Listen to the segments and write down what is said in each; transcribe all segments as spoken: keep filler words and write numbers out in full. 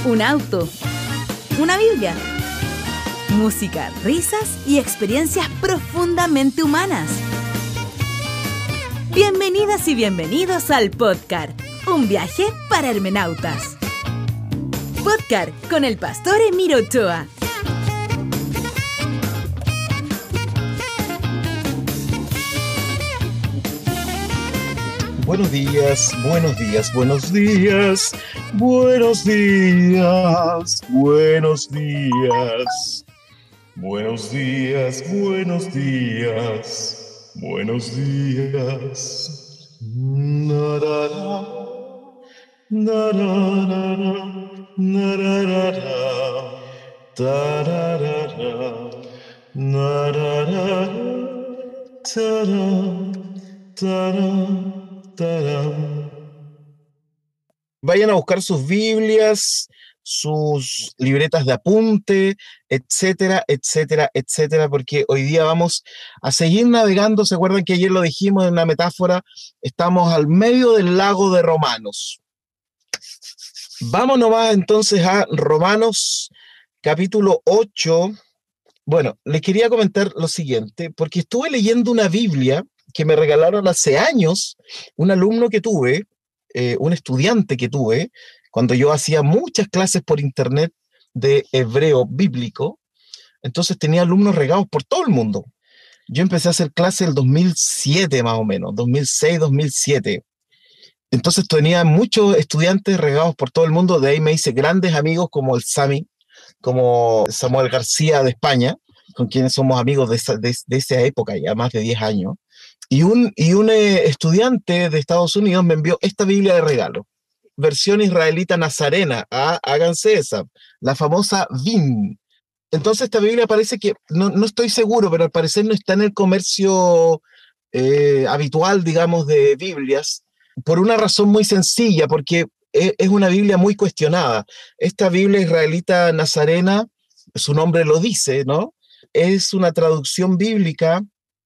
un auto, una Biblia, música, risas y experiencias profundamente humanas. Bienvenidas y bienvenidos al podcast, un viaje para hermenautas. Podcast con el pastor Emiro Ochoa. Buenos días, buenos días, buenos días, buenos días, buenos días, buenos días, buenos días, buenos días. Na-ra-ra, na-ra-ra-ra, na-ra-ra-ra, ta-ra-ra-ra, na-ra-ra-ra, ta-ra, ta-ra. Vayan a buscar sus Biblias, sus libretas de apunte, etcétera, etcétera, etcétera, porque hoy día vamos a seguir navegando. ¿Se acuerdan que ayer lo dijimos en una metáfora? Estamos al medio del lago de Romanos. Vamos nomás entonces a Romanos capítulo ocho. Bueno, les quería comentar lo siguiente, porque estuve leyendo una Biblia que me regalaron hace años un alumno que tuve, eh, un estudiante que tuve, cuando yo hacía muchas clases por internet de hebreo bíblico. Entonces tenía alumnos regados por todo el mundo. Yo empecé a hacer clases en el dos mil siete más o menos, dos mil seis, dos mil siete. Entonces tenía muchos estudiantes regados por todo el mundo. De ahí me hice grandes amigos como el Sami, como Samuel García de España, con quienes somos amigos de esa, de, de esa época, ya más de diez años. Y un, y un eh, estudiante de Estados Unidos me envió esta Biblia de regalo, versión israelita nazarena. Ah, háganse esa, la famosa V I N. Entonces esta Biblia parece que, no, no estoy seguro, pero al parecer no está en el comercio eh, habitual, digamos, de Biblias, por una razón muy sencilla, porque es, es una Biblia muy cuestionada. Esta Biblia israelita nazarena, su nombre lo dice, ¿no? Es una traducción bíblica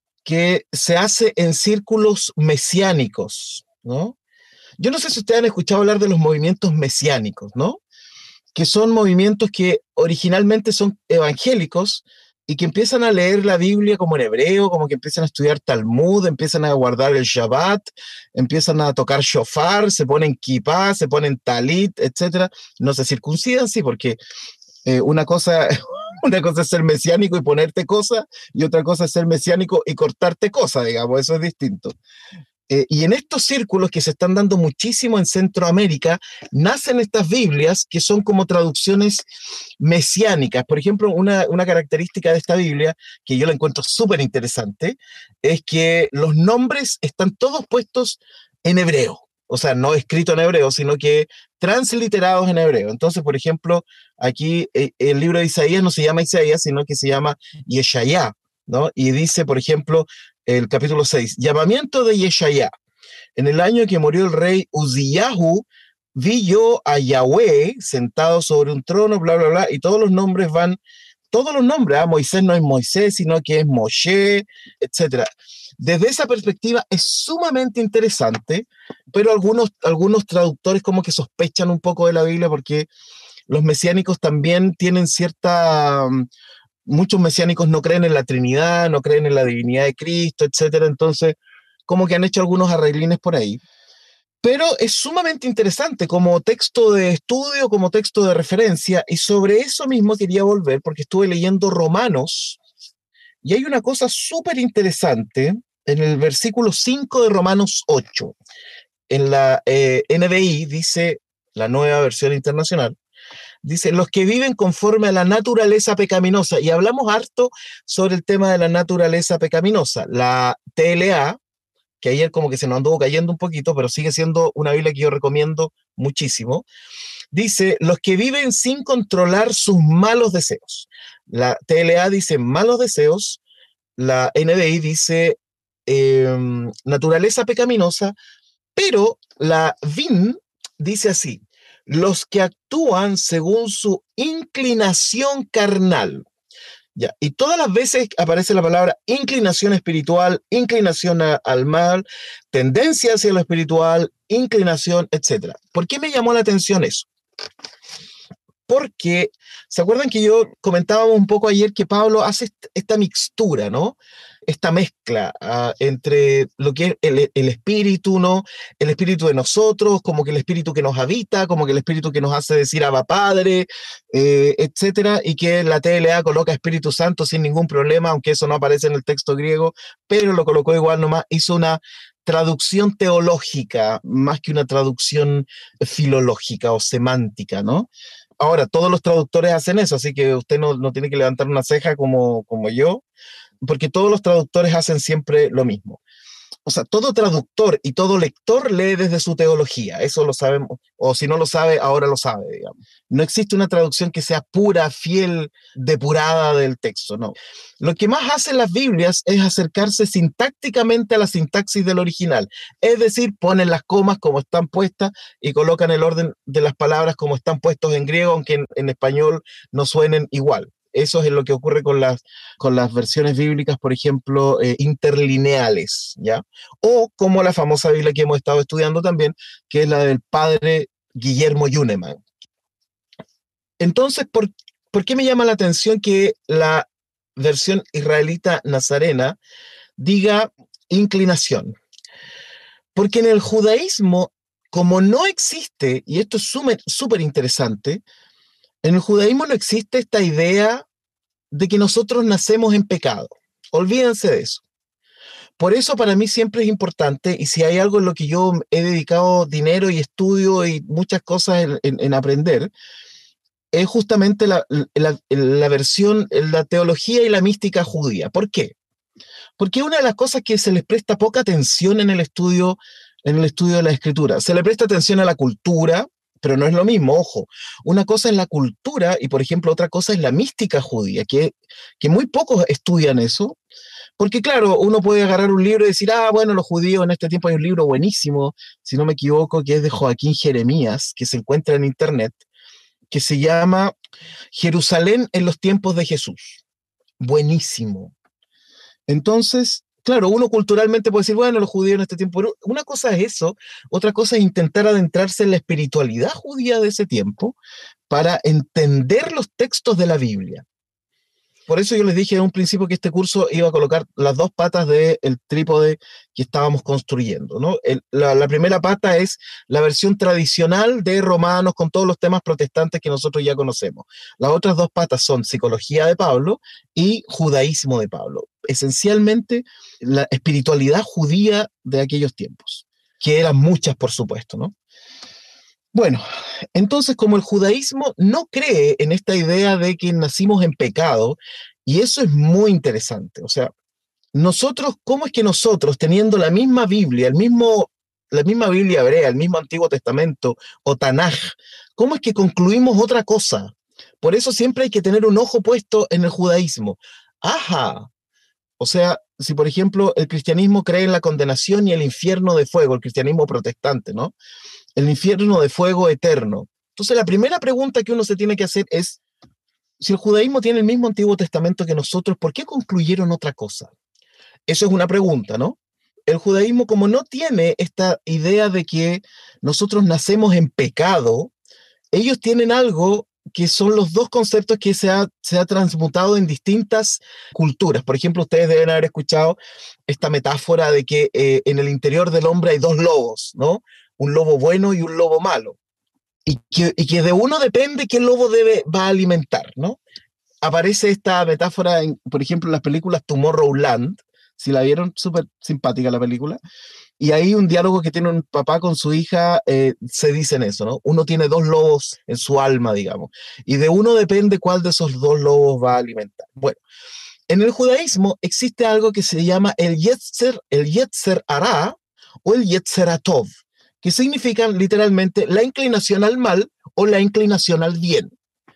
que se hace en círculos mesiánicos, ¿no? Yo no sé si ustedes han escuchado hablar de los movimientos mesiánicos, ¿no? Que son movimientos que originalmente son evangélicos y que empiezan a leer la Biblia como en hebreo, como que empiezan a estudiar Talmud, empiezan a guardar el Shabbat, empiezan a tocar shofar, se ponen kippah, se ponen talit, etcétera. No se circuncidan, sí, porque eh, una cosa... Una cosa es ser mesiánico y ponerte cosas, y otra cosa es ser mesiánico y cortarte cosas, digamos, eso es distinto. Eh, y en estos círculos que se están dando muchísimo en Centroamérica, nacen estas Biblias que son como traducciones mesiánicas. Por ejemplo, una, una característica de esta Biblia, que yo la encuentro súper interesante, es que los nombres están todos puestos en hebreo. O sea, no escrito en hebreo, sino que transliterados en hebreo. Entonces, por ejemplo, aquí eh, el libro de Isaías no se llama Isaías, sino que se llama Yeshayá, ¿no? Y dice, por ejemplo, el capítulo seis, llamamiento de Yeshayá. En el año que murió el rey Uziyahu, vi yo a Yahweh sentado sobre un trono, bla, bla, bla, y todos los nombres van, todos los nombres, ¿ah? Moisés no es Moisés, sino que es Moshe, etcétera. Desde esa perspectiva es sumamente interesante, pero algunos, algunos traductores como que sospechan un poco de la Biblia porque los mesiánicos también tienen cierta... Muchos mesiánicos no creen en la Trinidad, no creen en la divinidad de Cristo, etcétera. Entonces, como que han hecho algunos arreglines por ahí. Pero es sumamente interesante como texto de estudio, como texto de referencia, y sobre eso mismo quería volver porque estuve leyendo Romanos. Y hay una cosa súper interesante en el versículo cinco de Romanos ocho. En la eh, N B I dice, la nueva versión internacional, dice, los que viven conforme a la naturaleza pecaminosa. Y hablamos harto sobre el tema de la naturaleza pecaminosa. La T L A, que ayer como que se nos anduvo cayendo un poquito, pero sigue siendo una Biblia que yo recomiendo muchísimo. Dice, los que viven sin controlar sus malos deseos. La T L A dice malos deseos, la N B I dice eh, naturaleza pecaminosa, pero la V I N dice así, los que actúan según su inclinación carnal. Ya, y todas las veces aparece la palabra inclinación espiritual, inclinación a, al mal, tendencia hacia lo espiritual, inclinación, etcétera. ¿Por qué me llamó la atención eso? porque, ¿se acuerdan que yo comentábamos un poco ayer que Pablo hace esta mixtura, ¿no? Esta mezcla uh, entre lo que es el, el espíritu, ¿no? El espíritu de nosotros, como que el espíritu que nos habita, como que el espíritu que nos hace decir Abba Padre, eh, etcétera, y que la T L A coloca Espíritu Santo sin ningún problema, aunque eso no aparece en el texto griego, pero lo colocó igual nomás, hizo una traducción teológica más que una traducción filológica o semántica, ¿no? Ahora, todos los traductores hacen eso, así que usted no, no tiene que levantar una ceja como, como yo, porque todos los traductores hacen siempre lo mismo. O sea, todo traductor y todo lector lee desde su teología, eso lo sabemos, o si no lo sabe, ahora lo sabe, digamos. No existe una traducción que sea pura, fiel, depurada del texto, no. Lo que más hacen las Biblias es acercarse sintácticamente a la sintaxis del original, es decir, ponen las comas como están puestas y colocan el orden de las palabras como están puestos en griego, aunque en, en español no suenen igual. Eso es lo que ocurre con las, con las versiones bíblicas, por ejemplo, eh, interlineales, ¿ya? O como la famosa Biblia que hemos estado estudiando también, que es la del padre Guillermo Yuneman. Entonces, ¿por, ¿por qué me llama la atención que la versión israelita nazarena diga inclinación? Porque en el judaísmo, como no existe, y esto es súper interesante, en el judaísmo no existe esta idea de que nosotros nacemos en pecado. Olvídense de eso. Por eso para mí siempre es importante, y si hay algo en lo que yo he dedicado dinero y estudio y muchas cosas en, en, en aprender, es justamente la, la, la versión, la teología y la mística judía. ¿Por qué? Porque una de las cosas que se les presta poca atención en el estudio, en el estudio de la escritura, se le presta atención a la cultura, pero no es lo mismo, ojo. Una cosa es la cultura y, por ejemplo, otra cosa es la mística judía, que, que muy pocos estudian eso, porque, claro, uno puede agarrar un libro y decir, ah, bueno, los judíos en este tiempo hay un libro buenísimo, si no me equivoco, que es de Joaquín Jeremías, que se encuentra en internet, que se llama Jerusalén en los tiempos de Jesús. Buenísimo. Entonces, claro, uno culturalmente puede decir, bueno, los judíos en este tiempo, pero una cosa es eso, otra cosa es intentar adentrarse en la espiritualidad judía de ese tiempo para entender los textos de la Biblia. Por eso yo les dije en un principio que este curso iba a colocar las dos patas del trípode que estábamos construyendo, ¿no? El, la, la primera pata es la versión tradicional de Romanos con todos los temas protestantes que nosotros ya conocemos. Las otras dos patas son psicología de Pablo y judaísmo de Pablo. Esencialmente la espiritualidad judía de aquellos tiempos, que eran muchas, por supuesto, ¿no? Bueno, entonces como el judaísmo no cree en esta idea de que nacimos en pecado, y eso es muy interesante, o sea, nosotros, ¿cómo es que nosotros, teniendo la misma Biblia, el mismo, la misma Biblia hebrea, el mismo Antiguo Testamento, o Tanaj, cómo es que concluimos otra cosa? Por eso siempre hay que tener un ojo puesto en el judaísmo. ¡Ajá! O sea, si por ejemplo el cristianismo cree en la condenación y el infierno de fuego, el cristianismo protestante, ¿no? El infierno de fuego eterno. Entonces la primera pregunta que uno se tiene que hacer es, si el judaísmo tiene el mismo Antiguo Testamento que nosotros, ¿por qué concluyeron otra cosa? Eso es una pregunta, ¿no? El judaísmo, como no tiene esta idea de que nosotros nacemos en pecado, ellos tienen algo que son los dos conceptos que se ha, se ha transmutado en distintas culturas. Por ejemplo, ustedes deben haber escuchado esta metáfora de que eh, en el interior del hombre hay dos lobos, ¿no? Un lobo bueno y un lobo malo. Y que, y que de uno depende qué lobo debe, va a alimentar, ¿no? Aparece esta metáfora, en, por ejemplo, en las películas Tomorrowland, si la vieron, súper simpática la película, y ahí un diálogo que tiene un papá con su hija, eh, se dicen eso, ¿no? Uno tiene dos lobos en su alma, digamos, y de uno depende cuál de esos dos lobos va a alimentar. Bueno, en el judaísmo existe algo que se llama el Yetzer, el Yetzer Hará o el Yetzer Hatov, que significan literalmente la inclinación al mal o la inclinación al bien.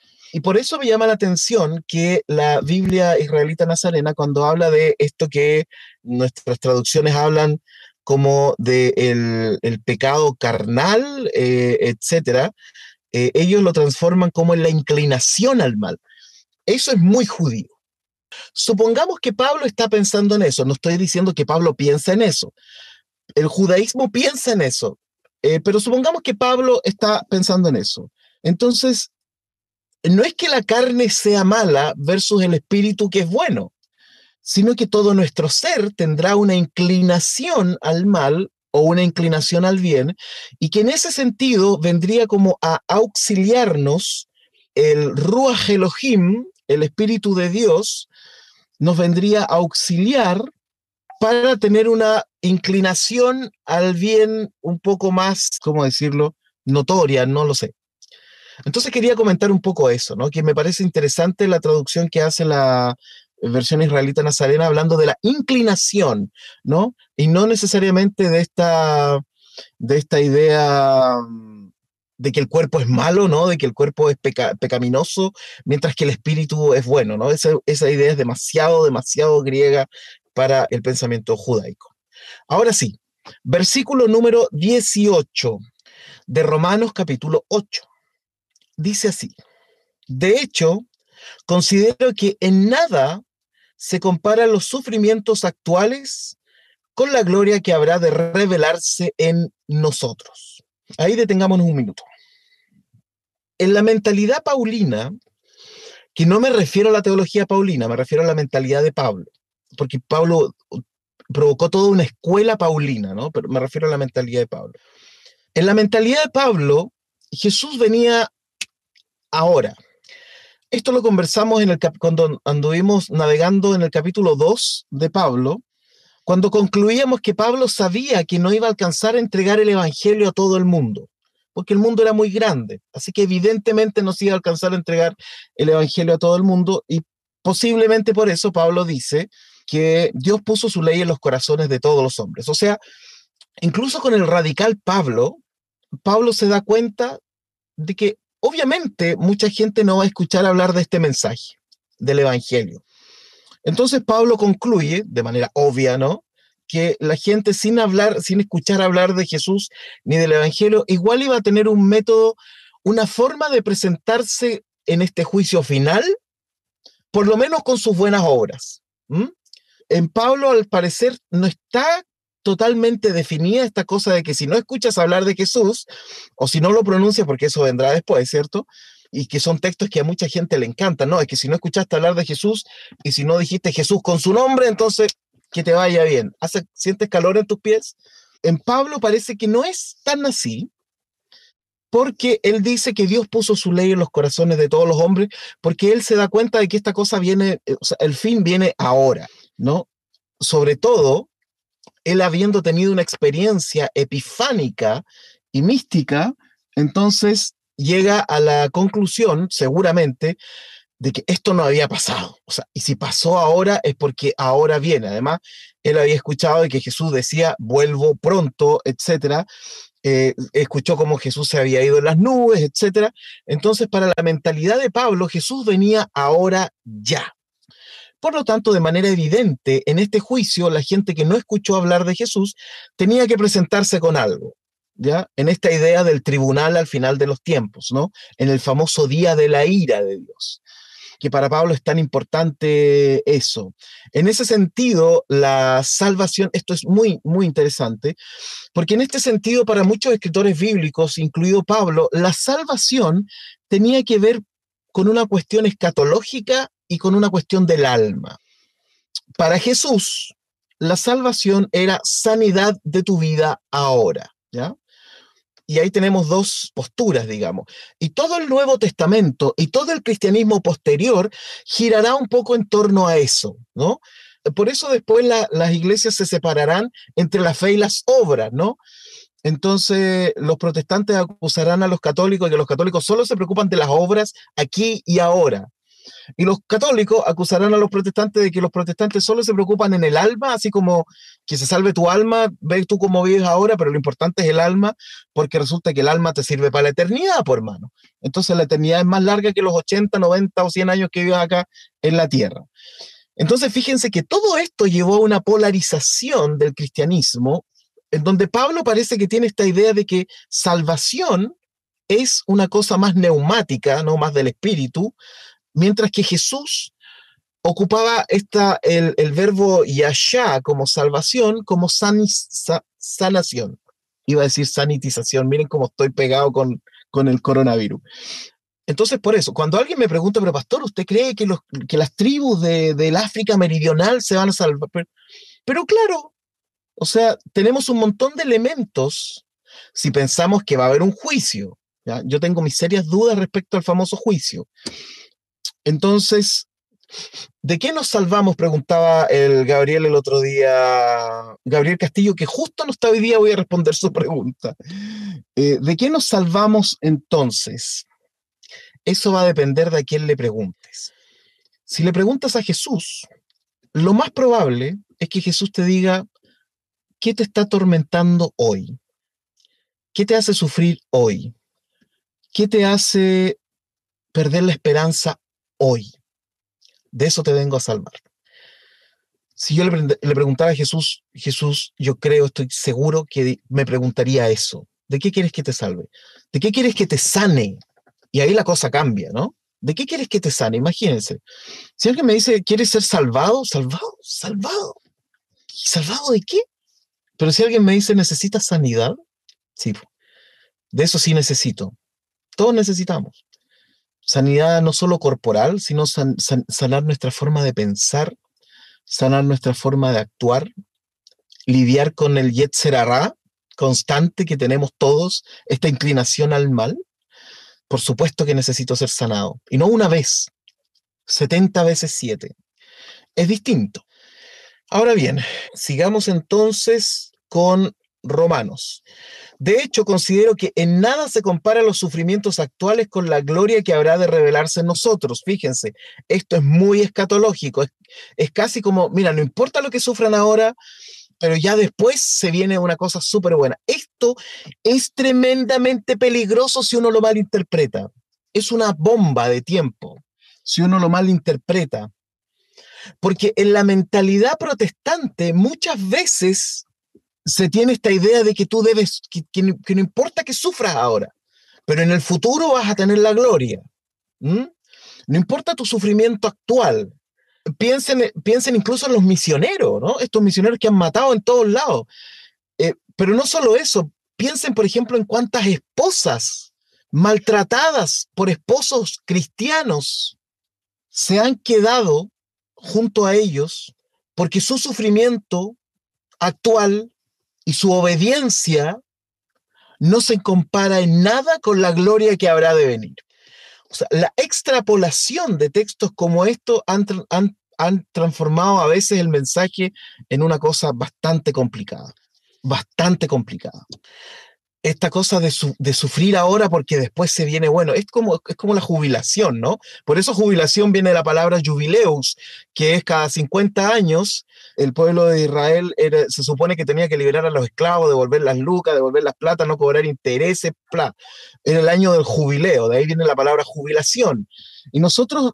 Y por eso me llama la atención que la Biblia israelita nazarena, cuando habla de esto que nuestras traducciones hablan como de el, el pecado carnal, eh, etcétera, eh, ellos lo transforman como en la inclinación al mal. Eso es muy judío. Supongamos que Pablo está pensando en eso, no estoy diciendo que Pablo piensa en eso. El judaísmo piensa en eso, eh, pero supongamos que Pablo está pensando en eso. Entonces, no es que la carne sea mala versus el espíritu que es bueno, sino que todo nuestro ser tendrá una inclinación al mal o una inclinación al bien, y que en ese sentido vendría como a auxiliarnos el Ruach Elohim, el Espíritu de Dios, nos vendría a auxiliar para tener una inclinación al bien un poco más, ¿cómo decirlo?, notoria, no lo sé. Entonces quería comentar un poco eso, ¿no? Que me parece interesante la traducción que hace la versión israelita nazarena hablando de la inclinación, ¿no? Y no necesariamente de esta, de esta idea de que el cuerpo es malo, ¿no? De que el cuerpo es peca, pecaminoso, mientras que el espíritu es bueno, ¿no? Esa, esa idea es demasiado, demasiado griega para el pensamiento judaico. Ahora sí, versículo número dieciocho de Romanos capítulo ocho. Dice así: de hecho, considero que en nada se comparan los sufrimientos actuales con la gloria que habrá de revelarse en nosotros. Ahí detengámonos un minuto. En la mentalidad paulina, que no me refiero a la teología paulina, me refiero a la mentalidad de Pablo, porque Pablo provocó toda una escuela paulina, ¿no? Pero me refiero a la mentalidad de Pablo. En la mentalidad de Pablo, Jesús venía ahora. Esto lo conversamos en el cap- cuando anduvimos navegando en el capítulo dos de Pablo, cuando concluíamos que Pablo sabía que no iba a alcanzar a entregar el evangelio a todo el mundo, porque el mundo era muy grande, así que evidentemente no se iba a alcanzar a entregar el evangelio a todo el mundo, y posiblemente por eso Pablo dice que Dios puso su ley en los corazones de todos los hombres. O sea, incluso con el radical Pablo, Pablo se da cuenta de que obviamente mucha gente no va a escuchar hablar de este mensaje, del evangelio. Entonces Pablo concluye, de manera obvia, ¿no?, que la gente sin hablar, sin escuchar hablar de Jesús ni del evangelio, igual iba a tener un método, una forma de presentarse en este juicio final, por lo menos con sus buenas obras. ¿Mm? En Pablo, al parecer, no está totalmente definida esta cosa de que si no escuchas hablar de Jesús, o si no lo pronuncias, porque eso vendrá después, ¿cierto?, y que son textos que a mucha gente le encantan, ¿no? Es que si no escuchaste hablar de Jesús y si no dijiste Jesús con su nombre, entonces que te vaya bien. ¿Hace, ¿Sientes calor en tus pies? En Pablo parece que no es tan así, porque él dice que Dios puso su ley en los corazones de todos los hombres, porque él se da cuenta de que esta cosa viene, o sea, el fin viene ahora, ¿no? Sobre todo, él habiendo tenido una experiencia epifánica y mística, entonces llega a la conclusión, seguramente, de que esto no había pasado. O sea, y si pasó ahora es porque ahora viene. Además, él había escuchado de que Jesús decía, vuelvo pronto, etcétera. Eh, escuchó cómo Jesús se había ido en las nubes, etcétera. Entonces, para la mentalidad de Pablo, Jesús venía ahora ya. Por lo tanto, de manera evidente, en este juicio, la gente que no escuchó hablar de Jesús tenía que presentarse con algo, ¿ya? En esta idea del tribunal al final de los tiempos, ¿no? En el famoso día de la ira de Dios, que para Pablo es tan importante eso. En ese sentido, la salvación, esto es muy, muy interesante, porque en este sentido, para muchos escritores bíblicos, incluido Pablo, la salvación tenía que ver con una cuestión escatológica y con una cuestión del alma. Para Jesús, la salvación era sanidad de tu vida ahora, ¿ya? Y ahí tenemos dos posturas, digamos. Y todo el Nuevo Testamento y todo el cristianismo posterior girará un poco en torno a eso, ¿no? Por eso después la, las iglesias se separarán entre la fe y las obras, ¿no? Entonces los protestantes acusarán a los católicos de que los católicos solo se preocupan de las obras aquí y ahora. Y los católicos acusarán a los protestantes de que los protestantes solo se preocupan en el alma, así como que se salve tu alma, ve tú cómo vives ahora, pero lo importante es el alma, porque resulta que el alma te sirve para la eternidad, por hermano. Entonces la eternidad es más larga que los ochenta, noventa o cien años que vivas acá en la tierra. Entonces fíjense que todo esto llevó a una polarización del cristianismo, en donde Pablo parece que tiene esta idea de que salvación es una cosa más neumática, no más del espíritu, mientras que Jesús ocupaba esta, el, el verbo yashá como salvación, como sanis, sa, sanación. Iba a decir sanitización, miren cómo estoy pegado con, con el coronavirus. Entonces, por eso, cuando alguien me pregunta, pero pastor, ¿usted cree que, los, que las tribus de, del África meridional se van a salvar? Pero, pero claro, o sea, tenemos un montón de elementos si pensamos que va a haber un juicio, ¿ya? Yo tengo mis serias dudas respecto al famoso juicio. Entonces, ¿de qué nos salvamos? Preguntaba el Gabriel el otro día, Gabriel Castillo, que justo no está hoy día, voy a responder su pregunta. Eh, ¿de qué nos salvamos entonces? Eso va a depender de a quién le preguntes. Si le preguntas a Jesús, lo más probable es que Jesús te diga, ¿qué te está atormentando hoy? ¿Qué te hace sufrir hoy? ¿Qué te hace perder la esperanza hoy? De eso te vengo a salvar. Si yo le, le preguntara a Jesús, Jesús, yo creo, estoy seguro que me preguntaría eso. ¿De qué quieres que te salve? ¿De qué quieres que te sane? Y ahí la cosa cambia, ¿no? ¿De qué quieres que te sane? Imagínense. Si alguien me dice, ¿quieres ser salvado? ¿Salvado? ¿Salvado? ¿Salvado de qué? Pero si alguien me dice, ¿necesitas sanidad? Sí, de eso sí necesito. Todos necesitamos. Sanidad no solo corporal, sino san, san, sanar nuestra forma de pensar, sanar nuestra forma de actuar, lidiar con el yetzer hará constante que tenemos todos, esta inclinación al mal. Por supuesto que necesito ser sanado. Y no una vez, setenta veces siete. Es distinto. Ahora bien, sigamos entonces con Romanos. De hecho, considero que en nada se compara los sufrimientos actuales con la gloria que habrá de revelarse en nosotros. Fíjense, esto es muy escatológico. Es, es casi como, mira, no importa lo que sufran ahora, pero ya después se viene una cosa súper buena. Esto es tremendamente peligroso si uno lo malinterpreta. Es una bomba de tiempo si uno lo malinterpreta. Porque en la mentalidad protestante muchas veces se tiene esta idea de que tú debes, que, que, que no importa que sufras ahora, pero en el futuro vas a tener la gloria. ¿Mm? No importa tu sufrimiento actual. Piensen, piensen incluso en los misioneros, ¿no? Estos misioneros que han matado en todos lados. Eh, pero no solo eso, piensen, por ejemplo, en cuántas esposas maltratadas por esposos cristianos se han quedado junto a ellos porque su sufrimiento actual y su obediencia no se compara en nada con la gloria que habrá de venir. O sea, la extrapolación de textos como estos han, han, han transformado a veces el mensaje en una cosa bastante complicada, bastante complicada. Esta cosa de, su, de sufrir ahora porque después se viene bueno, es como, es como la jubilación, ¿no? Por eso jubilación viene de la palabra jubileus, que es cada cincuenta años, el pueblo de Israel era, se supone que tenía que liberar a los esclavos, devolver las lucas, devolver las plata, no cobrar intereses, bla. Era el año del jubileo, de ahí viene la palabra jubilación. Y nosotros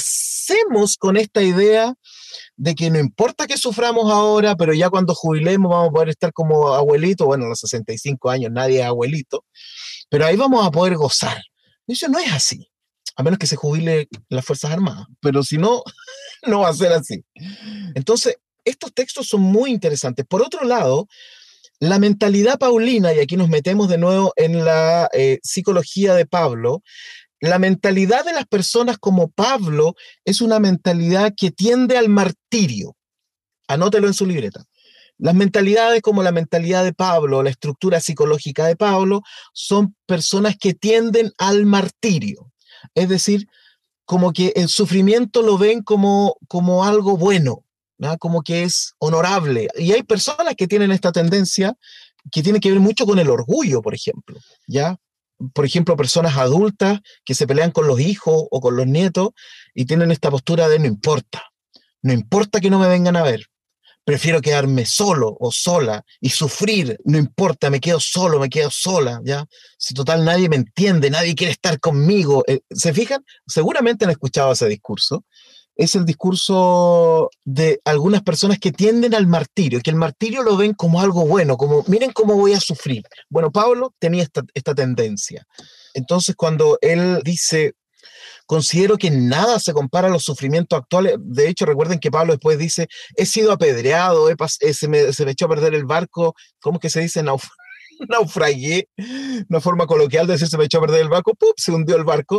nacemos con esta idea de que no importa que suframos ahora, pero ya cuando jubilemos vamos a poder estar como abuelitos. Bueno, a los sesenta y cinco años nadie es abuelito, pero ahí vamos a poder gozar. Y eso no es así, a menos que se jubile las Fuerzas Armadas, pero si no, no va a ser así. Entonces, estos textos son muy interesantes. Por otro lado, la mentalidad paulina, y aquí nos metemos de nuevo en la eh, psicología de Pablo, la mentalidad de las personas como Pablo es una mentalidad que tiende al martirio. Anótelo en su libreta. Las mentalidades como la mentalidad de Pablo, la estructura psicológica de Pablo, son personas que tienden al martirio. Es decir, como que el sufrimiento lo ven como, como algo bueno, ¿no? Como que es honorable. Y hay personas que tienen esta tendencia que tiene que ver mucho con el orgullo, por ejemplo, ¿ya? Por ejemplo, personas adultas que se pelean con los hijos o con los nietos y tienen esta postura de no importa, no importa que no me vengan a ver, prefiero quedarme solo o sola y sufrir, no importa, me quedo solo, me quedo sola, ¿ya? Si total nadie me entiende, nadie quiere estar conmigo. ¿Se fijan? Seguramente han escuchado ese discurso. Es el discurso de algunas personas que tienden al martirio, que el martirio lo ven como algo bueno, como miren cómo voy a sufrir. Bueno, Pablo tenía esta, esta tendencia. Entonces, cuando él dice, considero que nada se compara a los sufrimientos actuales, de hecho, recuerden que Pablo después dice, he sido apedreado, he pas- eh, se, me, se me echó a perder el barco, ¿cómo es que se dice? Nauf naufragué, una forma coloquial de decir se me echó a perder el barco, ¡pup! Se hundió el barco.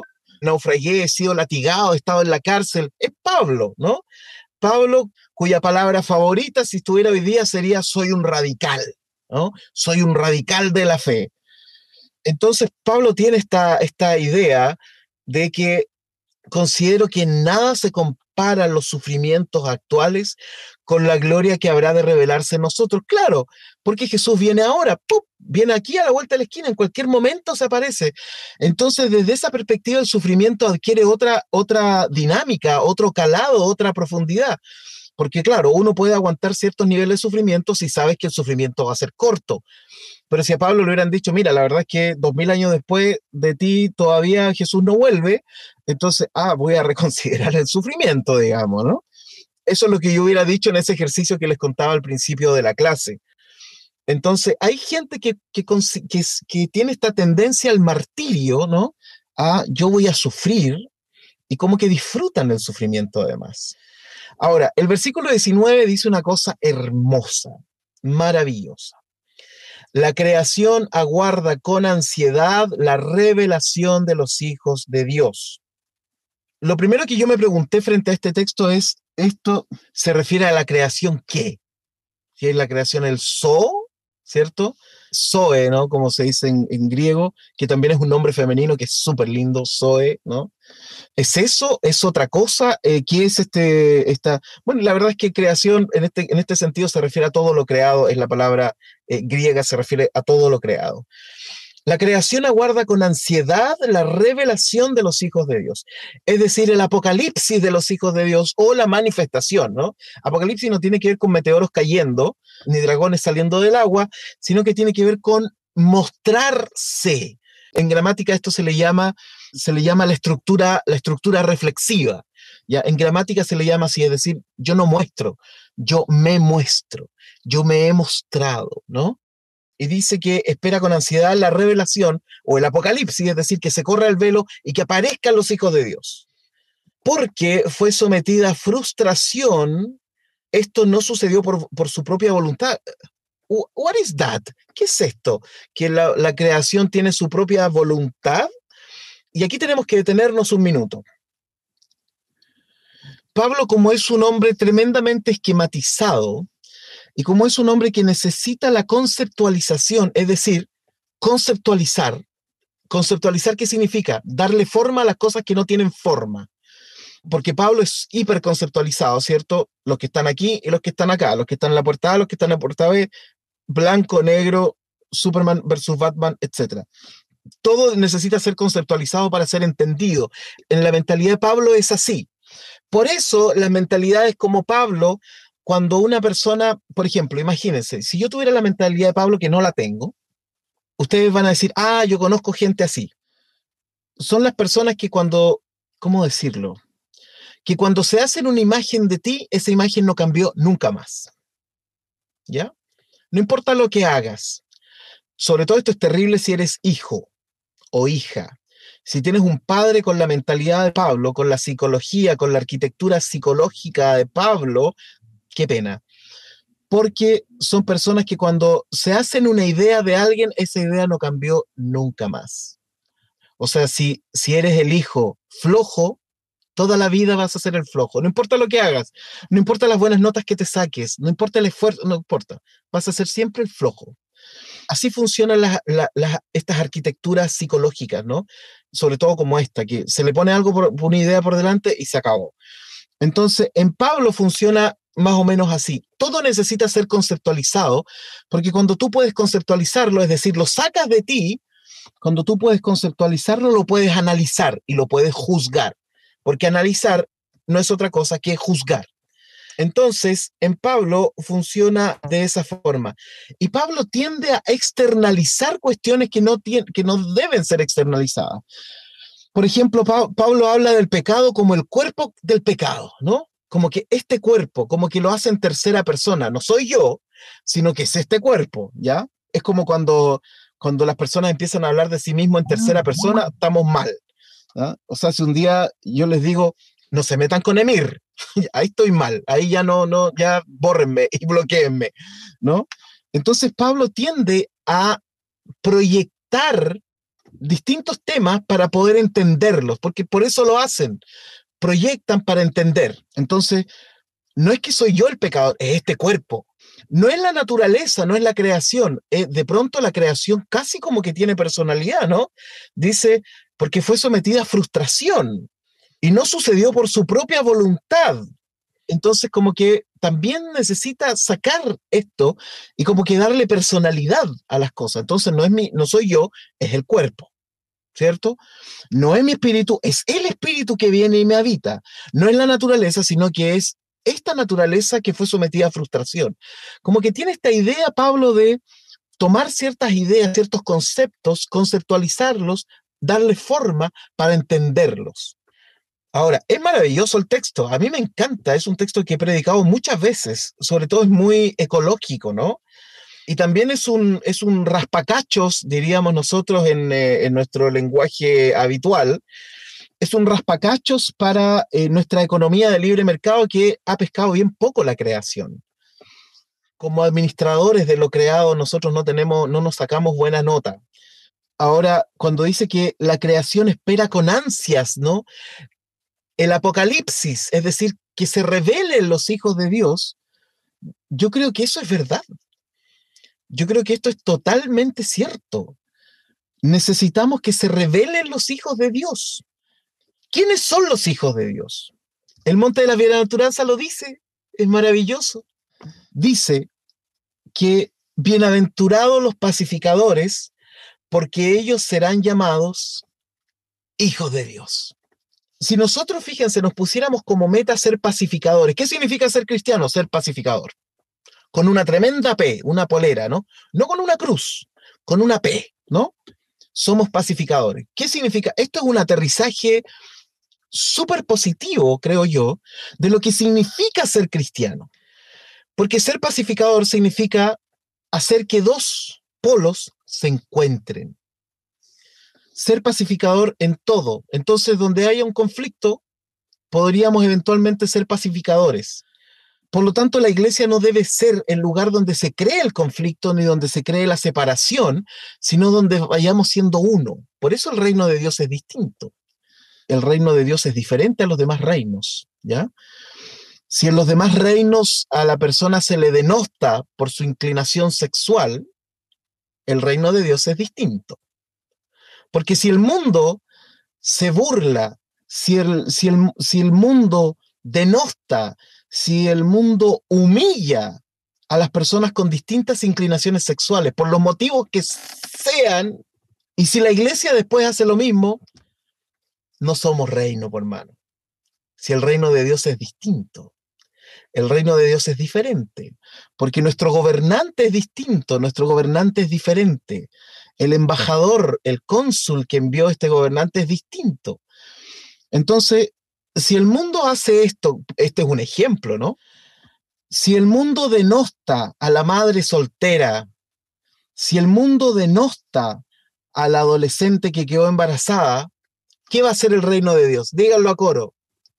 naufragué, he sido latigado, he estado en la cárcel. Es Pablo, ¿no? Pablo, cuya palabra favorita, si estuviera hoy día, sería soy un radical, ¿no? Soy un radical de la fe. Entonces, Pablo tiene esta, esta idea de que considero que nada se compara los sufrimientos actuales con la gloria que habrá de revelarse en nosotros. Claro, porque Jesús viene ahora, ¡pum!, viene aquí a la vuelta de la esquina, en cualquier momento se aparece. Entonces, desde esa perspectiva, el sufrimiento adquiere otra, otra dinámica, otro calado, otra profundidad. Porque claro, uno puede aguantar ciertos niveles de sufrimiento si sabes que el sufrimiento va a ser corto. Pero si a Pablo le hubieran dicho, mira, la verdad es que dos mil años después de ti todavía Jesús no vuelve, entonces, ah, voy a reconsiderar el sufrimiento, digamos, ¿no? Eso es lo que yo hubiera dicho en ese ejercicio que les contaba al principio de la clase. Entonces, hay gente que, que, que, que tiene esta tendencia al martirio, ¿no? A yo voy a sufrir, y como que disfrutan el sufrimiento además. Ahora, el versículo diecinueve dice una cosa hermosa, maravillosa. La creación aguarda con ansiedad la revelación de los hijos de Dios. Lo primero que yo me pregunté frente a este texto es, ¿esto se refiere a la creación qué? Si es la creación el zoo, ¿cierto? Zoe, ¿no? Como se dice en, en griego, que también es un nombre femenino que es súper lindo, Zoe, ¿no? ¿Es eso? ¿Es otra cosa? Eh, ¿Qué es este, esta? Bueno, la verdad es que creación en este, en este sentido se refiere a todo lo creado, es la palabra eh, griega, se refiere a todo lo creado. La creación aguarda con ansiedad la revelación de los hijos de Dios, es decir, el apocalipsis de los hijos de Dios o la manifestación, ¿no? Apocalipsis no tiene que ver con meteoros cayendo, ni dragones saliendo del agua, sino que tiene que ver con mostrarse. En gramática esto se le llama, se le llama la estructura, la estructura reflexiva. ¿Ya? En gramática se le llama así, es decir, yo no muestro, yo me muestro, yo me he mostrado, ¿no? Y dice que espera con ansiedad la revelación o el apocalipsis, es decir, que se corra el velo y que aparezcan los hijos de Dios. Porque fue sometida a frustración, esto no sucedió por, por su propia voluntad. What is that? ¿Qué es esto? ¿Que la, la creación tiene su propia voluntad? Y aquí tenemos que detenernos un minuto. Pablo, como es un hombre tremendamente esquematizado, y como es un hombre que necesita la conceptualización, es decir, conceptualizar. ¿Conceptualizar qué significa? Darle forma a las cosas que no tienen forma. Porque Pablo es hiperconceptualizado, ¿cierto? Los que están aquí y los que están acá, los que están en la puerta A, los que están en la puerta B, blanco, negro, Superman versus Batman, etcétera. Todo necesita ser conceptualizado para ser entendido. En la mentalidad de Pablo es así. Por eso las mentalidades como Pablo, cuando una persona, por ejemplo, imagínense, si yo tuviera la mentalidad de Pablo que no la tengo, ustedes van a decir, ah, yo conozco gente así. Son las personas que cuando, ¿cómo decirlo? Que cuando se hacen una imagen de ti, esa imagen no cambió nunca más. ¿Ya? No importa lo que hagas. Sobre todo esto es terrible si eres hijo o hija. Si tienes un padre con la mentalidad de Pablo, con la psicología, con la arquitectura psicológica de Pablo, qué pena. Porque son personas que cuando se hacen una idea de alguien, esa idea no cambió nunca más. O sea, si, si eres el hijo flojo, toda la vida vas a ser el flojo. No importa lo que hagas, no importa las buenas notas que te saques, no importa el esfuerzo, no importa. Vas a ser siempre el flojo. Así funcionan las, las, las, estas arquitecturas psicológicas, ¿no? Sobre todo como esta, que se le pone algo por, por una idea por delante y se acabó. Entonces, en Pablo funciona más o menos así. Todo necesita ser conceptualizado, porque cuando tú puedes conceptualizarlo, es decir, lo sacas de ti, cuando tú puedes conceptualizarlo, lo puedes analizar y lo puedes juzgar, porque analizar no es otra cosa que juzgar. Entonces, en Pablo funciona de esa forma. Y Pablo tiende a externalizar cuestiones que no, tiene, que no deben ser externalizadas. Por ejemplo, pa- Pablo habla del pecado como el cuerpo del pecado, ¿no? Como que este cuerpo, como que lo hace en tercera persona. No soy yo, sino que es este cuerpo, ¿ya? Es como cuando, cuando las personas empiezan a hablar de sí mismo en tercera persona, estamos mal, ¿ya? O sea, si un día yo les digo, no se metan con Emir, ahí estoy mal, ahí ya no, no, ya bórrenme y bloqueenme, ¿no? Entonces Pablo tiende a proyectar distintos temas para poder entenderlos, porque por eso lo hacen, proyectan para entender. Entonces, no es que soy yo el pecador, es este cuerpo. No es la naturaleza, no es la creación. Eh, de pronto la creación casi como que tiene personalidad, ¿no? Dice, porque fue sometida a frustración y no sucedió por su propia voluntad. Entonces como que también necesita sacar esto y como que darle personalidad a las cosas. Entonces no, es mi, no soy yo, es el cuerpo, ¿cierto? No es mi espíritu, es el espíritu que viene y me habita. No es la naturaleza, sino que es esta naturaleza que fue sometida a frustración. Como que tiene esta idea, Pablo, de tomar ciertas ideas, ciertos conceptos, conceptualizarlos, darle forma para entenderlos. Ahora, es maravilloso el texto, a mí me encanta, es un texto que he predicado muchas veces, sobre todo es muy ecológico, ¿no? Y también es un, es un raspacachos, diríamos nosotros en, eh, en nuestro lenguaje habitual, es un raspacachos para eh, nuestra economía de libre mercado que ha pescado bien poco la creación. Como administradores de lo creado, nosotros no tenemos, no nos sacamos buena nota. Ahora, cuando dice que la creación espera con ansias, ¿no? El apocalipsis, es decir, que se revelen los hijos de Dios, yo creo que eso es verdad. Yo creo que esto es totalmente cierto. Necesitamos que se revelen los hijos de Dios. ¿Quiénes son los hijos de Dios? El monte de la bienaventuranza lo dice, es maravilloso. Dice que bienaventurados los pacificadores, porque ellos serán llamados hijos de Dios. Si nosotros, fíjense, nos pusiéramos como meta ser pacificadores, ¿qué significa ser cristiano? Ser pacificador. Con una tremenda P, una polera, ¿no? No con una cruz, con una P, ¿no? Somos pacificadores. ¿Qué significa? Esto es un aterrizaje súper positivo, creo yo, de lo que significa ser cristiano. Porque ser pacificador significa hacer que dos polos se encuentren. Ser pacificador en todo. Entonces, donde haya un conflicto, podríamos eventualmente ser pacificadores. Por lo tanto, la iglesia no debe ser el lugar donde se cree el conflicto ni donde se cree la separación, sino donde vayamos siendo uno. Por eso el reino de Dios es distinto. El reino de Dios es diferente a los demás reinos, ¿ya? Si en los demás reinos a la persona se le denosta por su inclinación sexual, el reino de Dios es distinto. Porque si el mundo se burla, si el, si el, si el mundo denosta, si el mundo humilla a las personas con distintas inclinaciones sexuales, por los motivos que sean, y si la iglesia después hace lo mismo, no somos reino, por hermano. Si el reino de Dios es distinto, el reino de Dios es diferente, porque nuestro gobernante es distinto, nuestro gobernante es diferente. El embajador, el cónsul que envió este gobernante es distinto. Entonces, si el mundo hace esto, este es un ejemplo, ¿no? Si el mundo denosta a la madre soltera, si el mundo denosta a la adolescente que quedó embarazada, ¿qué va a hacer el reino de Dios? Díganlo a coro.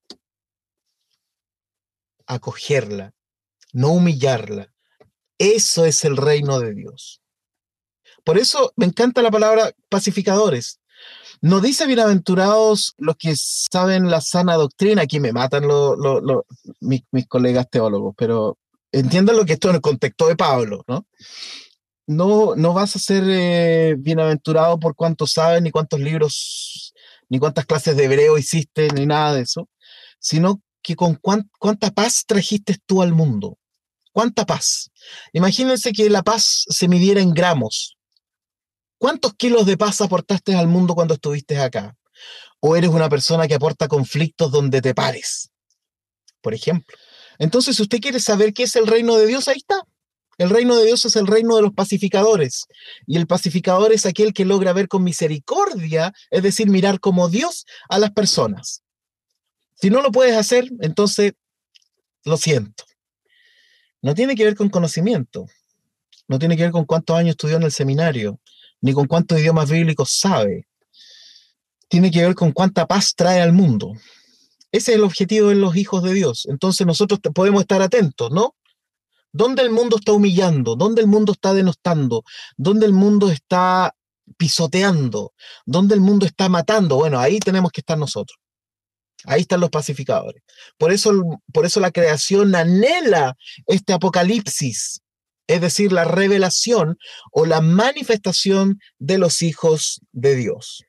Acogerla, no humillarla. Eso es el reino de Dios. Por eso me encanta la palabra pacificadores. No dice bienaventurados los que saben la sana doctrina. Aquí me matan lo, lo, lo, mis, mis colegas teólogos, pero entiendan lo que esto en el contexto de Pablo, ¿no? No, no vas a ser eh, bienaventurado por cuánto sabes, ni cuántos libros, ni cuántas clases de hebreo hiciste, ni nada de eso, sino que con cuán, cuánta paz trajiste tú al mundo. ¿Cuánta paz? Imagínense que la paz se midiera en gramos. ¿Cuántos kilos de paz aportaste al mundo cuando estuviste acá? ¿O eres una persona que aporta conflictos donde te pares? Por ejemplo. Entonces, si usted quiere saber qué es el reino de Dios, ahí está. El reino de Dios es el reino de los pacificadores. Y el pacificador es aquel que logra ver con misericordia, es decir, mirar como Dios a las personas. Si no lo puedes hacer, entonces, lo siento. No tiene que ver con conocimiento. No tiene que ver con cuántos años estudió en el seminario, ni con cuántos idiomas bíblicos sabe. Tiene que ver con cuánta paz trae al mundo. Ese es el objetivo de los hijos de Dios. Entonces nosotros podemos estar atentos, ¿no? ¿Dónde el mundo está humillando? ¿Dónde el mundo está denostando? ¿Dónde el mundo está pisoteando, donde el mundo está matando. Bueno, ahí tenemos que estar nosotros. Ahí están los pacificadores. Por eso, por eso la creación anhela este apocalipsis, es decir, la revelación o la manifestación de los hijos de Dios.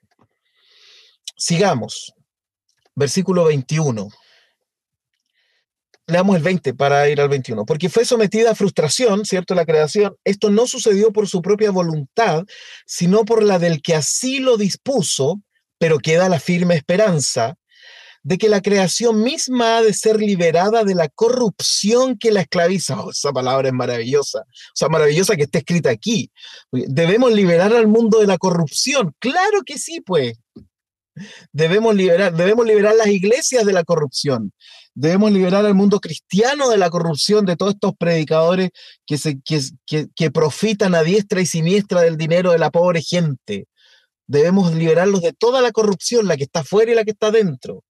Sigamos. Versículo veintiuno. Leamos el veinte para ir al veintiuno. Porque fue sometida a frustración, ¿cierto? La creación. Esto no sucedió por su propia voluntad, sino por la del que así lo dispuso, pero queda la firme esperanza de que la creación misma ha de ser liberada de la corrupción que la esclaviza. Oh, esa palabra es maravillosa. O sea, maravillosa que esté escrita aquí. Debemos liberar al mundo de la corrupción. Claro que sí, pues. Debemos liberar, debemos liberar las iglesias de la corrupción. Debemos liberar al mundo cristiano de la corrupción, de todos estos predicadores que, se, que, que, que profitan a diestra y siniestra del dinero de la pobre gente. Debemos liberarlos de toda la corrupción, la que está afuera y la que está dentro,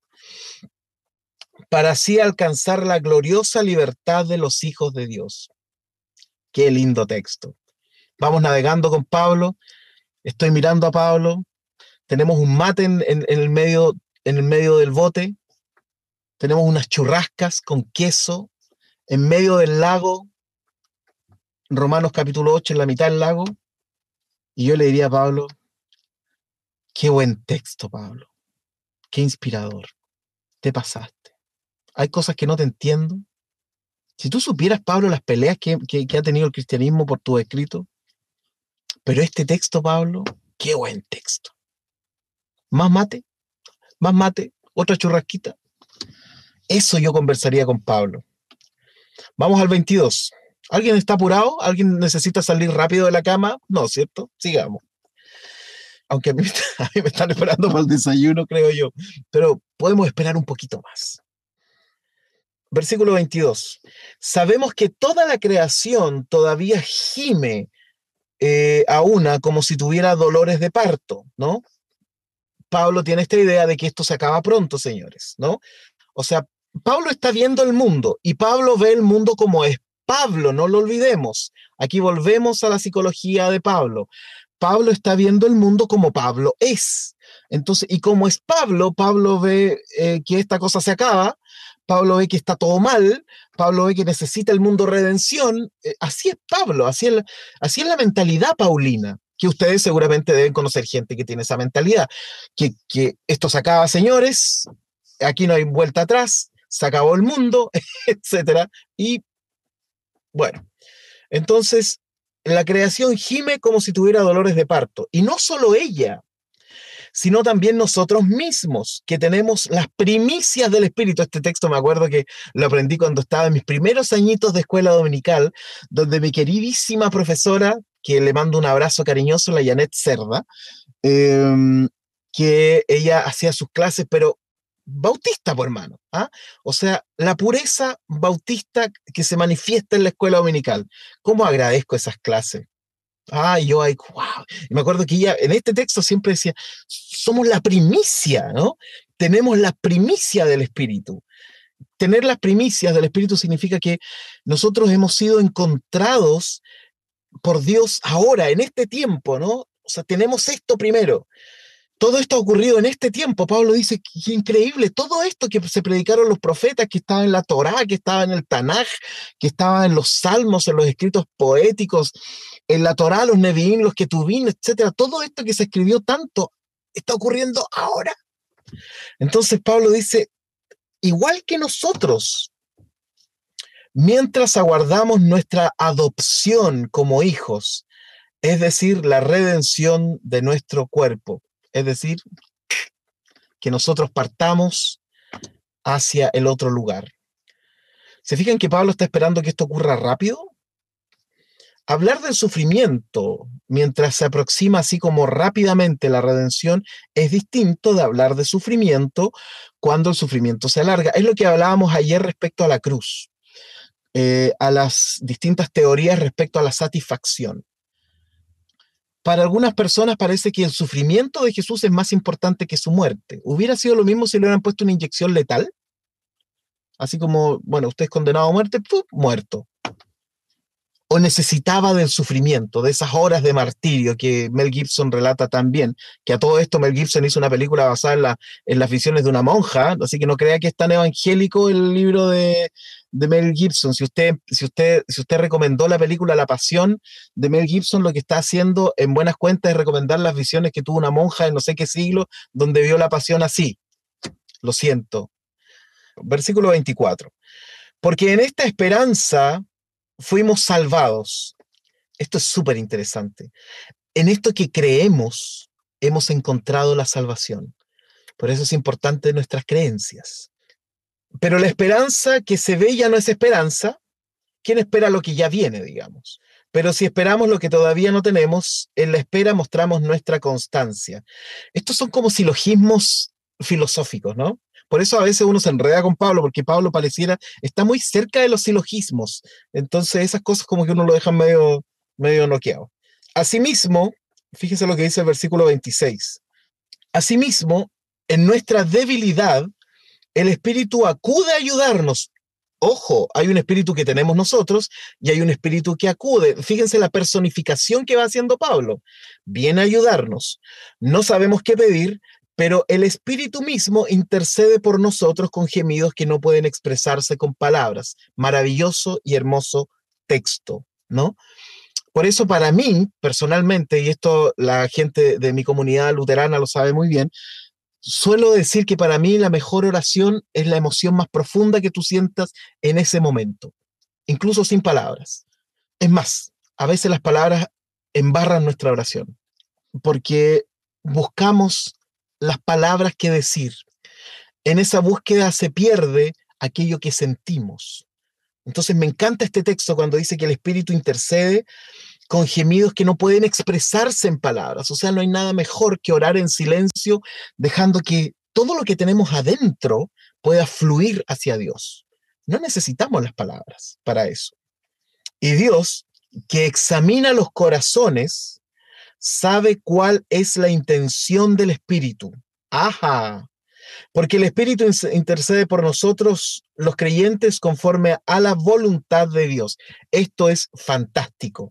para así alcanzar la gloriosa libertad de los hijos de Dios. Qué lindo texto. Vamos navegando con Pablo. Estoy mirando a Pablo. Tenemos un mate en, en, en, el medio, en el medio del bote. Tenemos unas churrascas con queso en medio del lago. Romanos capítulo ocho, en la mitad del lago. Y yo le diría a Pablo, qué buen texto, Pablo. Qué inspirador. Te pasaste. Hay cosas que no te entiendo. Si tú supieras, Pablo, las peleas que, que, que ha tenido el cristianismo por tu escrito. Pero este texto, Pablo, qué buen texto. Más mate, más mate, otra churrasquita. Eso yo conversaría con Pablo. Vamos al veintidós. ¿Alguien está apurado? ¿Alguien necesita salir rápido de la cama? No, ¿cierto? Sigamos. Aunque a mí, a mí me están esperando para el desayuno, creo yo. Pero podemos esperar un poquito más. Versículo veintidós. Sabemos que toda la creación todavía gime eh, a una como si tuviera dolores de parto, ¿no? Pablo tiene esta idea de que esto se acaba pronto, señores, ¿no? O sea, Pablo está viendo el mundo y Pablo ve el mundo como es. Pablo, no lo olvidemos. Aquí volvemos a la psicología de Pablo. Pablo está viendo el mundo como Pablo es. Entonces, y como es Pablo, Pablo ve eh, que esta cosa se acaba. Pablo ve que está todo mal, Pablo ve que necesita el mundo redención. Eh, así es Pablo, así es, así es la mentalidad paulina, que ustedes seguramente deben conocer gente que tiene esa mentalidad, que, que esto se acaba, señores, aquí no hay vuelta atrás, se acabó el mundo, etcétera. Y bueno, entonces la creación gime como si tuviera dolores de parto, y no solo ella, sino también nosotros mismos, que tenemos las primicias del Espíritu. Este texto me acuerdo que lo aprendí cuando estaba en mis primeros añitos de escuela dominical, donde mi queridísima profesora, que le mando un abrazo cariñoso, la Janet Cerda, eh, que ella hacía sus clases, pero bautista, por hermano, ¿ah? O sea, la pureza bautista que se manifiesta en la escuela dominical. ¿Cómo agradezco esas clases? Ah, yo, ay, wow. Y me acuerdo que ella en este texto siempre decía, somos la primicia, ¿no? Tenemos la primicia del Espíritu. Tener las primicias del Espíritu significa que nosotros hemos sido encontrados por Dios ahora, en este tiempo, ¿no? O sea, tenemos esto primero. Todo esto ha ocurrido en este tiempo. Pablo dice, qué increíble, todo esto que se predicaron los profetas, que estaba en la Torá, que estaba en el Tanaj, que estaba en los salmos, en los escritos poéticos, en la Torá, los Neviín, los Ketubín, etcétera. Todo esto que se escribió tanto está ocurriendo ahora. Entonces Pablo dice, igual que nosotros, mientras aguardamos nuestra adopción como hijos, es decir, la redención de nuestro cuerpo. Es decir, que nosotros partamos hacia el otro lugar. ¿Se fijan que Pablo está esperando que esto ocurra rápido? Hablar del sufrimiento mientras se aproxima así como rápidamente la redención es distinto de hablar de sufrimiento cuando el sufrimiento se alarga. Es lo que hablábamos ayer respecto a la cruz, eh, a las distintas teorías respecto a la satisfacción. Para algunas personas parece que el sufrimiento de Jesús es más importante que su muerte. ¿Hubiera sido lo mismo si le hubieran puesto una inyección letal? Así como, bueno, usted es condenado a muerte, ¡pum!, muerto. o necesitaba del sufrimiento, de esas horas de martirio que Mel Gibson relata tan bien, que a todo esto Mel Gibson hizo una película basada en, la, en las visiones de una monja, así que no crea que es tan evangélico el libro de, de Mel Gibson. Si usted, si, usted, si usted recomendó la película La Pasión de Mel Gibson, lo que está haciendo en buenas cuentas es recomendar las visiones que tuvo una monja en no sé qué siglo, donde vio la pasión así. Lo siento. Versículo veinticuatro. Porque en esta esperanza fuimos salvados. Esto es súper interesante. En esto que creemos, hemos encontrado la salvación. Por eso es importante nuestras creencias. Pero la esperanza que se ve ya no es esperanza. ¿Quién espera lo que ya viene, digamos? Pero si esperamos lo que todavía no tenemos, en la espera mostramos nuestra constancia. Estos son como silogismos filosóficos, ¿no? Por eso a veces uno se enreda con Pablo, porque Pablo pareciera, está muy cerca de los silogismos. Entonces esas cosas como que uno lo deja medio, medio noqueado. Asimismo, fíjese lo que dice el versículo veintiséis. Asimismo, en nuestra debilidad, el Espíritu acude a ayudarnos. Ojo, hay un espíritu que tenemos nosotros y hay un espíritu que acude. Fíjense la personificación que va haciendo Pablo. Viene a ayudarnos. No sabemos qué pedir, pero el Espíritu mismo intercede por nosotros con gemidos que no pueden expresarse con palabras. Maravilloso y hermoso texto, ¿no? Por eso para mí, personalmente, y esto la gente de mi comunidad luterana lo sabe muy bien, suelo decir que para mí la mejor oración es la emoción más profunda que tú sientas en ese momento, incluso sin palabras. Es más, a veces las palabras embarran nuestra oración, porque buscamos las palabras que decir. En esa búsqueda se pierde aquello que sentimos. Entonces me encanta este texto cuando dice que el Espíritu intercede con gemidos que no pueden expresarse en palabras. O sea, no hay nada mejor que orar en silencio, dejando que todo lo que tenemos adentro pueda fluir hacia Dios. No necesitamos las palabras para eso. Y Dios, que examina los corazones, sabe cuál es la intención del Espíritu. ¡Ajá! Porque el Espíritu intercede por nosotros, los creyentes, conforme a la voluntad de Dios. Esto es fantástico.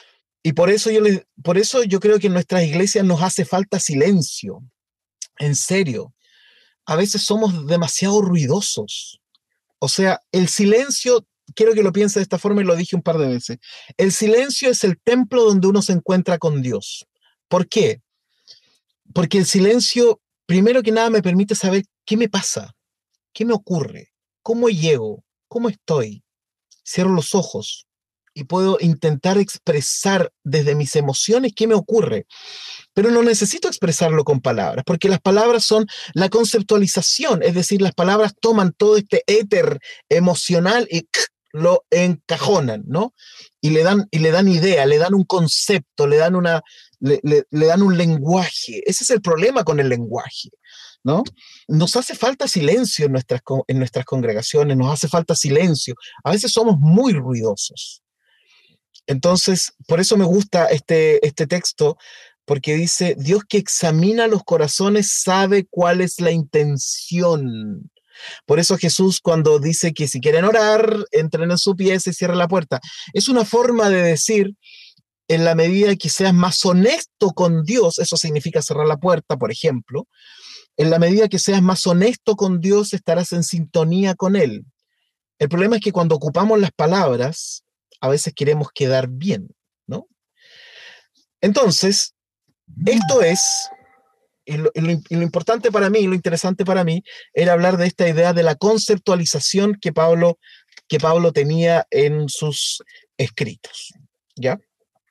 Y por eso yo, le, por eso yo creo que en nuestras iglesias nos hace falta silencio. En serio. A veces somos demasiado ruidosos. O sea, el silencio, quiero que lo piense de esta forma y lo dije un par de veces. El silencio es el templo donde uno se encuentra con Dios. ¿Por qué? Porque el silencio, primero que nada, me permite saber qué me pasa, qué me ocurre, cómo llego, cómo estoy. Cierro los ojos y puedo intentar expresar desde mis emociones qué me ocurre. Pero no necesito expresarlo con palabras, porque las palabras son la conceptualización, es decir, las palabras toman todo este éter emocional y lo encajonan, ¿no? Y le dan, y le dan idea, le dan un concepto, le dan, una, le, le, le dan un lenguaje. Ese es el problema con el lenguaje, ¿no? Nos hace falta silencio en nuestras, en nuestras congregaciones, nos hace falta silencio. A veces somos muy ruidosos. Entonces, por eso me gusta este, este texto, porque dice, Dios que examina los corazones sabe cuál es la intención. Por eso Jesús cuando dice que si quieren orar, entren en su pieza y cierren la puerta. Es una forma de decir, en la medida que seas más honesto con Dios, eso significa cerrar la puerta, por ejemplo, en la medida que seas más honesto con Dios, estarás en sintonía con Él. El problema es que cuando ocupamos las palabras, a veces queremos quedar bien, ¿no? Entonces, esto es, y lo, y, lo, y lo importante para mí, lo interesante para mí, era hablar de esta idea de la conceptualización que Pablo, que Pablo tenía en sus escritos, ¿ya?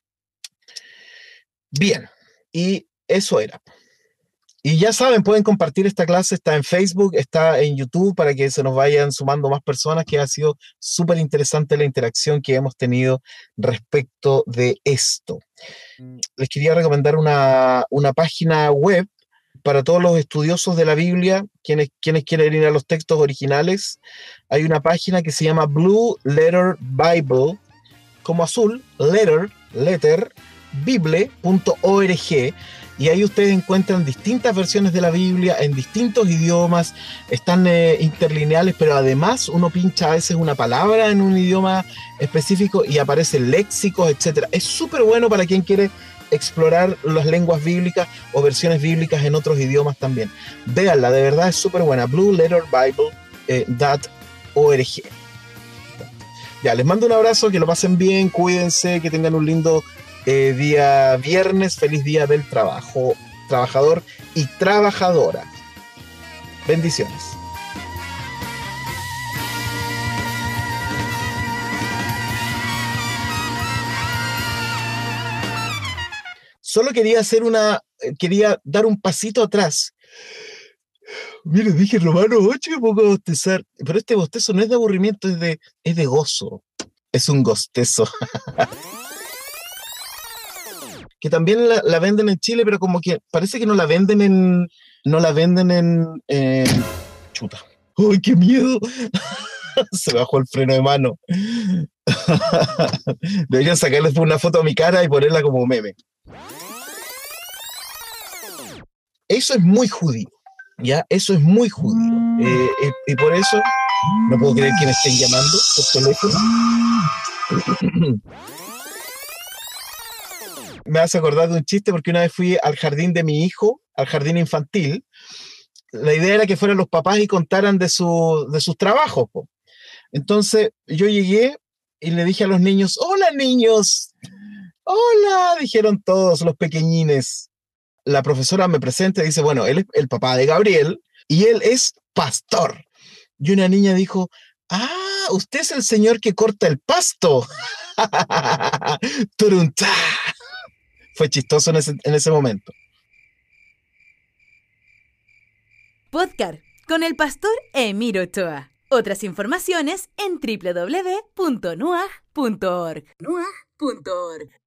Bien, y eso era. Y ya saben, pueden compartir esta clase, está en Facebook, está en YouTube, para que se nos vayan sumando más personas, que ha sido súper interesante la interacción que hemos tenido respecto de esto. Les quería recomendar una, una página web para todos los estudiosos de la Biblia, quienes, quienes quieren ir a los textos originales. Hay una página que se llama Blue Letter Bible, como azul, letter, letter, bible punto org, y ahí ustedes encuentran distintas versiones de la Biblia en distintos idiomas, están eh, interlineales, pero además uno pincha a veces una palabra en un idioma específico y aparecen léxicos, etcétera. Es súper bueno para quien quiere explorar las lenguas bíblicas o versiones bíblicas en otros idiomas también. Véanla, de verdad es súper buena. blue letter bible dot org. Ya, les mando un abrazo, que lo pasen bien, cuídense, que tengan un lindo eh, día viernes, feliz día del trabajo, trabajador y trabajadora. Bendiciones. Solo quería hacer una, quería dar un pasito atrás. Mire, dije Romano ocho, me pongo a bostezar. Pero este bostezo no es de aburrimiento, es de, es de gozo. Es un gostezo. Que también la, la venden en Chile, pero como que parece que no la venden en... No la venden en... en... Chuta. ¡Ay, qué miedo! Se me bajó el freno de mano. Deberían sacarle una foto a mi cara y ponerla como meme. Eso es muy judío, ¿ya? Eso es muy judío. Eh, eh, y por eso no puedo creer que me estén llamando por teléfono. Me hace acordar de un chiste porque una vez fui al jardín de mi hijo, al jardín infantil. La idea era que fueran los papás y contaran de, su, de sus trabajos, po. Entonces yo llegué y le dije a los niños, ¡hola, niños! ¡Hola! Dijeron todos los pequeñines. La profesora me presenta y dice, bueno, él es el papá de Gabriel y él es pastor. Y una niña dijo, ah, usted es el señor que corta el pasto. Turuntá. Fue chistoso en ese, en ese momento. Podcast con el pastor Emiro Ochoa. Otras informaciones en doble u doble u doble u punto nuag punto org. nuag punto org